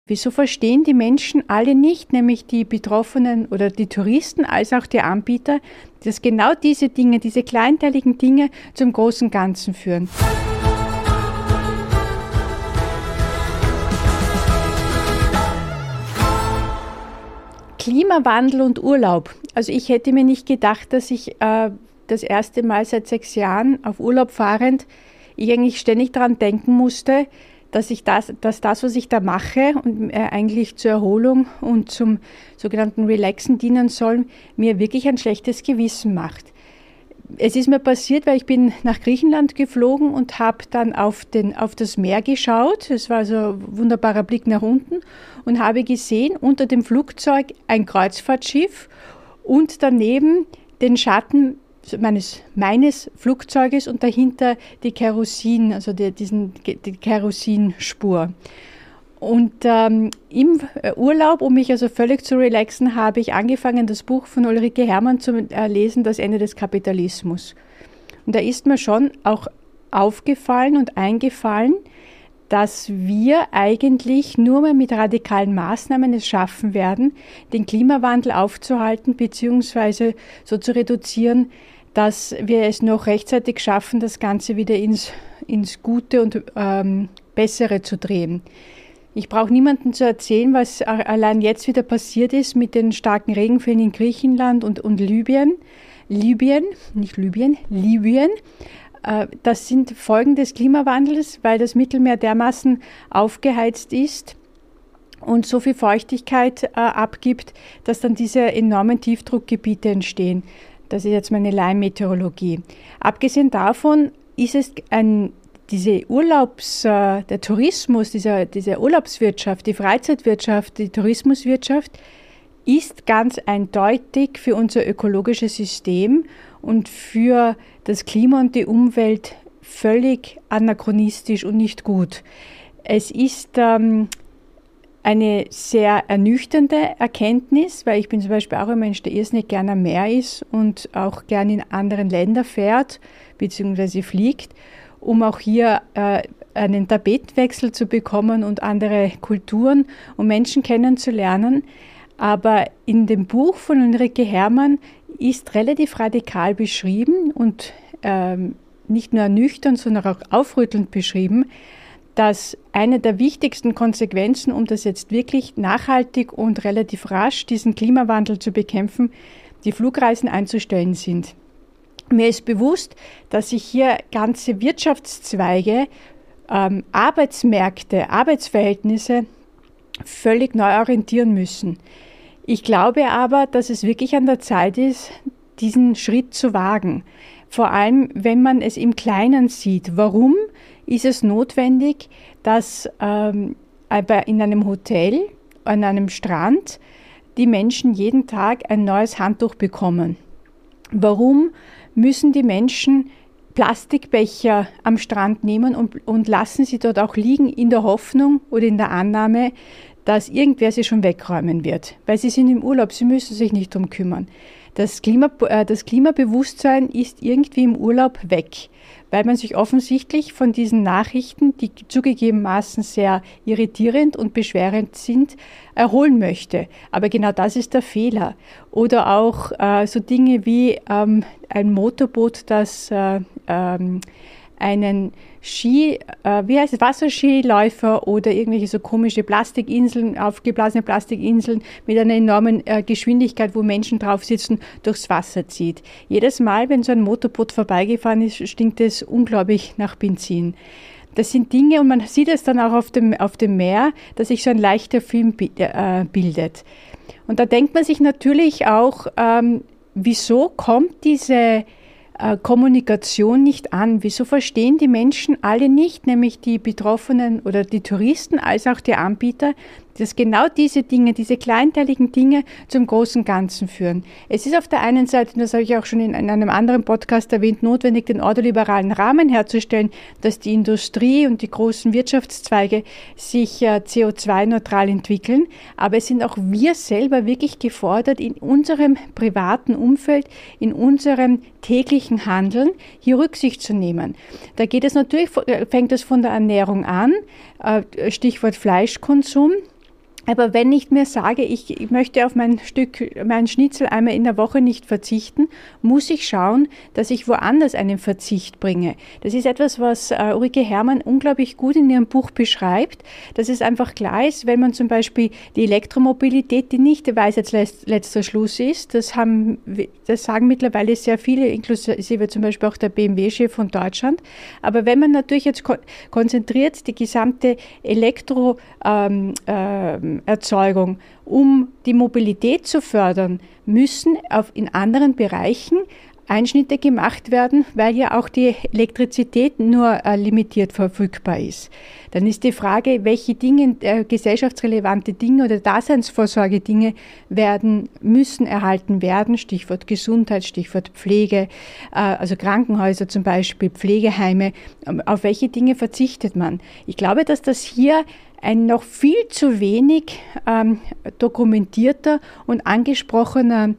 Wieso verstehen die Menschen alle nicht, nämlich die Betroffenen oder die Touristen als auch die Anbieter, dass genau diese Dinge, diese kleinteiligen Dinge zum großen Ganzen führen? Klimawandel und Urlaub. Also ich hätte mir nicht gedacht, dass ich das erste Mal seit 6 Jahren auf Urlaub fahrend, ich eigentlich ständig daran denken musste, dass das, was ich da mache und eigentlich zur Erholung und zum sogenannten Relaxen dienen soll, mir wirklich ein schlechtes Gewissen macht. Es ist mir passiert, weil ich bin nach Griechenland geflogen und habe dann auf das Meer geschaut. Es war so ein wunderbarer Blick nach unten und habe gesehen, unter dem Flugzeug ein Kreuzfahrtschiff und daneben den Schatten meines Flugzeuges und dahinter die Kerosin, also die Kerosinspur. Und im Urlaub, um mich also völlig zu relaxen, habe ich angefangen, das Buch von Ulrike Herrmann zu lesen, Das Ende des Kapitalismus. Und da ist mir schon auch aufgefallen und eingefallen, dass wir eigentlich nur mehr mit radikalen Maßnahmen es schaffen werden, den Klimawandel aufzuhalten bzw. so zu reduzieren, dass wir es noch rechtzeitig schaffen, das Ganze wieder ins Gute und Bessere zu drehen. Ich brauche niemandem zu erzählen, was allein jetzt wieder passiert ist mit den starken Regenfällen in Griechenland und Libyen. Das sind Folgen des Klimawandels, weil das Mittelmeer dermaßen aufgeheizt ist und so viel Feuchtigkeit abgibt, dass dann diese enormen Tiefdruckgebiete entstehen. Das ist jetzt meine Laienmeteorologie. Abgesehen davon ist es der Tourismus, diese Urlaubswirtschaft, die Freizeitwirtschaft, die Tourismuswirtschaft ist ganz eindeutig für unser ökologisches System und für das Klima und die Umwelt völlig anachronistisch und nicht gut. Es ist eine sehr ernüchternde Erkenntnis, weil ich bin zum Beispiel auch ein Mensch, der irrsinnig gerne am Meer ist und auch gerne in anderen Länder fährt bzw. fliegt, um auch hier einen Tapetenwechsel zu bekommen und andere Kulturen und Menschen kennenzulernen. Aber in dem Buch von Ulrike Herrmann ist relativ radikal beschrieben und nicht nur ernüchternd, sondern auch aufrüttelnd beschrieben, dass eine der wichtigsten Konsequenzen, um das jetzt wirklich nachhaltig und relativ rasch diesen Klimawandel zu bekämpfen, die Flugreisen einzustellen sind. Mir ist bewusst, dass sich hier ganze Wirtschaftszweige, Arbeitsmärkte, Arbeitsverhältnisse völlig neu orientieren müssen. Ich glaube aber, dass es wirklich an der Zeit ist, diesen Schritt zu wagen. Vor allem, wenn man es im Kleinen sieht. Warum ist es notwendig, dass in einem Hotel, an einem Strand, die Menschen jeden Tag ein neues Handtuch bekommen? Warum müssen die Menschen Plastikbecher am Strand nehmen und lassen sie dort auch liegen in der Hoffnung oder in der Annahme, dass irgendwer sie schon wegräumen wird? Weil sie sind im Urlaub, sie müssen sich nicht darum kümmern. Das Klimabewusstsein ist irgendwie im Urlaub weg, weil man sich offensichtlich von diesen Nachrichten, die zugegebenermaßen sehr irritierend und beschwerend sind, erholen möchte. Aber genau das ist der Fehler. Oder auch so Dinge wie ein Motorboot, das einen Wasserskiläufer oder irgendwelche so komische Plastikinseln, aufgeblasene Plastikinseln mit einer enormen Geschwindigkeit, wo Menschen drauf sitzen, durchs Wasser zieht. Jedes Mal, wenn so ein Motorboot vorbeigefahren ist, stinkt es unglaublich nach Benzin. Das sind Dinge, und man sieht es dann auch auf dem Meer, dass sich so ein leichter Film bildet. Und da denkt man sich natürlich auch, wieso kommt diese Kommunikation nicht an? Wieso verstehen die Menschen alle nicht, nämlich die Betroffenen oder die Touristen als auch die Anbieter, dass genau diese Dinge, diese kleinteiligen Dinge zum großen Ganzen führen? Es ist auf der einen Seite, und das habe ich auch schon in einem anderen Podcast erwähnt, notwendig, den ordoliberalen Rahmen herzustellen, dass die Industrie und die großen Wirtschaftszweige sich CO2-neutral entwickeln. Aber es sind auch wir selber wirklich gefordert, in unserem privaten Umfeld, in unserem täglichen Handeln hier Rücksicht zu nehmen. Da fängt es von der Ernährung an, Stichwort Fleischkonsum. Aber wenn ich mir sage, ich möchte auf mein Schnitzel einmal in der Woche nicht verzichten, muss ich schauen, dass ich woanders einen Verzicht bringe. Das ist etwas, was Ulrike Herrmann unglaublich gut in ihrem Buch beschreibt, dass es einfach klar ist, wenn man zum Beispiel die Elektromobilität, die nicht der Weisheit letzter Schluss ist, das sagen mittlerweile sehr viele, inklusive zum Beispiel auch der BMW-Chef von Deutschland. Aber wenn man natürlich jetzt konzentriert die gesamte Erzeugung, um die Mobilität zu fördern, müssen in anderen Bereichen Einschnitte gemacht werden, weil ja auch die Elektrizität nur limitiert verfügbar ist. Dann ist die Frage, welche Dinge, gesellschaftsrelevante Dinge oder Daseinsvorsorgedinge müssen erhalten werden, Stichwort Gesundheit, Stichwort Pflege, also Krankenhäuser zum Beispiel, Pflegeheime, auf welche Dinge verzichtet man? Ich glaube, dass das hier ein noch viel zu wenig dokumentierter und angesprochener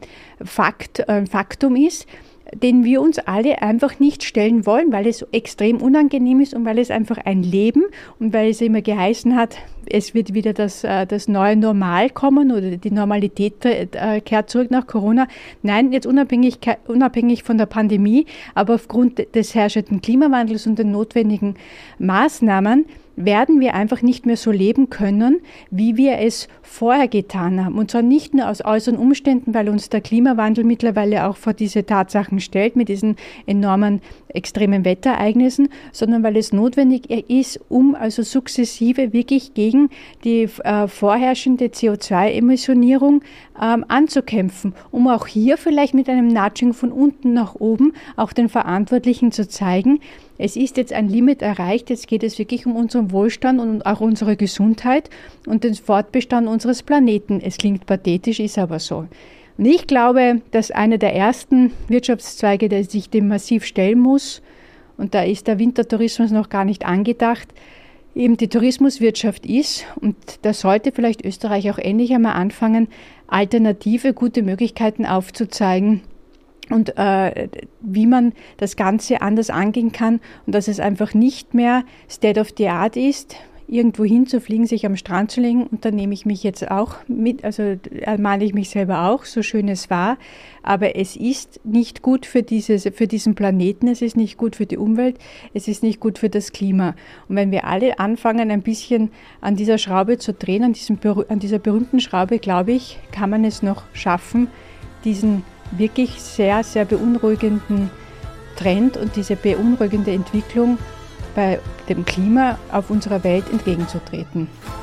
Faktum ist, den wir uns alle einfach nicht stellen wollen, weil es so extrem unangenehm ist und weil es einfach ein Leben und weil es immer geheißen hat, es wird wieder das neue Normal kommen oder die Normalität kehrt zurück nach Corona. Nein, jetzt unabhängig von der Pandemie, aber aufgrund des herrschenden Klimawandels und den notwendigen Maßnahmen werden wir einfach nicht mehr so leben können, wie wir es vorher getan haben. Und zwar nicht nur aus äußeren Umständen, weil uns der Klimawandel mittlerweile auch vor diese Tatsachen stellt, mit diesen enormen extremen Wetterereignissen, sondern weil es notwendig ist, um also sukzessive wirklich gegen die vorherrschende CO2-Emissionierung anzukämpfen, um auch hier vielleicht mit einem Nudging von unten nach oben auch den Verantwortlichen zu zeigen, es ist jetzt ein Limit erreicht, jetzt geht es wirklich um unseren Wohlstand und auch unsere Gesundheit und den Fortbestand unseres Planeten. Es klingt pathetisch, ist aber so. Und ich glaube, dass einer der ersten Wirtschaftszweige, der sich dem massiv stellen muss, und da ist der Wintertourismus noch gar nicht angedacht, eben die Tourismuswirtschaft ist, und da sollte vielleicht Österreich auch endlich einmal anfangen, alternative, gute Möglichkeiten aufzuzeigen, und wie man das Ganze anders angehen kann und dass es einfach nicht mehr State of the Art ist, irgendwo hinzufliegen, sich am Strand zu legen, und da nehme ich mich jetzt auch mit, also ermahne ich mich selber auch, so schön es war, aber es ist nicht gut für diesen Planeten, es ist nicht gut für die Umwelt, es ist nicht gut für das Klima. Und wenn wir alle anfangen, ein bisschen an dieser Schraube zu drehen, an dieser berühmten Schraube, glaube ich, kann man es noch schaffen, diesen wirklich sehr, sehr beunruhigenden Trend und diese beunruhigende Entwicklung bei dem Klima auf unserer Welt entgegenzutreten.